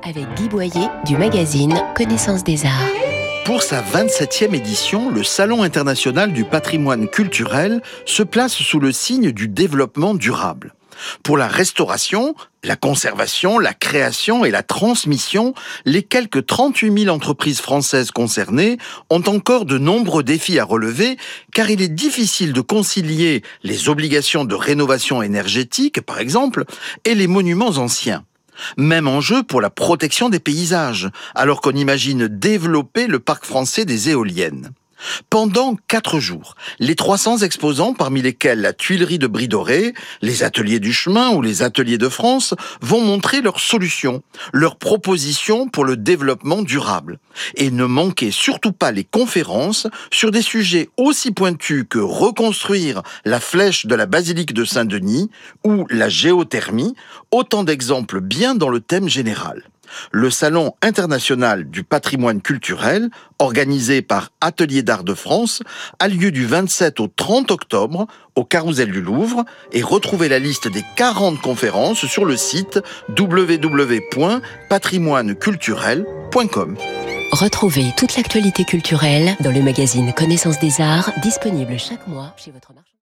avec Guy Boyer du magazine Connaissance des Arts. Pour sa 27e édition, le Salon international du patrimoine culturel se place sous le signe du développement durable. Pour la restauration, la conservation, la création et la transmission, les quelques 38 000 entreprises françaises concernées ont encore de nombreux défis à relever, car il est difficile de concilier les obligations de rénovation énergétique, par exemple, et les monuments anciens. Même enjeu pour la protection des paysages, alors qu'on imagine développer le parc français des éoliennes. Pendant 4 jours, les 300 exposants, parmi lesquels la Tuilerie de Brie-Dorée, les Ateliers du Chemin ou les Ateliers de France, vont montrer leurs solutions, leurs propositions pour le développement durable. Et ne manquez surtout pas les conférences sur des sujets aussi pointus que reconstruire la flèche de la basilique de Saint-Denis ou la géothermie, autant d'exemples bien dans le thème général. Le Salon international du patrimoine culturel, organisé par Ateliers d'Art de France, a lieu du 27 au 30 octobre au Carrousel du Louvre et retrouvez la liste des 40 conférences sur le site www.patrimoineculturel.com. Retrouvez toute l'actualité culturelle dans le magazine Connaissance des Arts, disponible chaque mois chez votre marchand.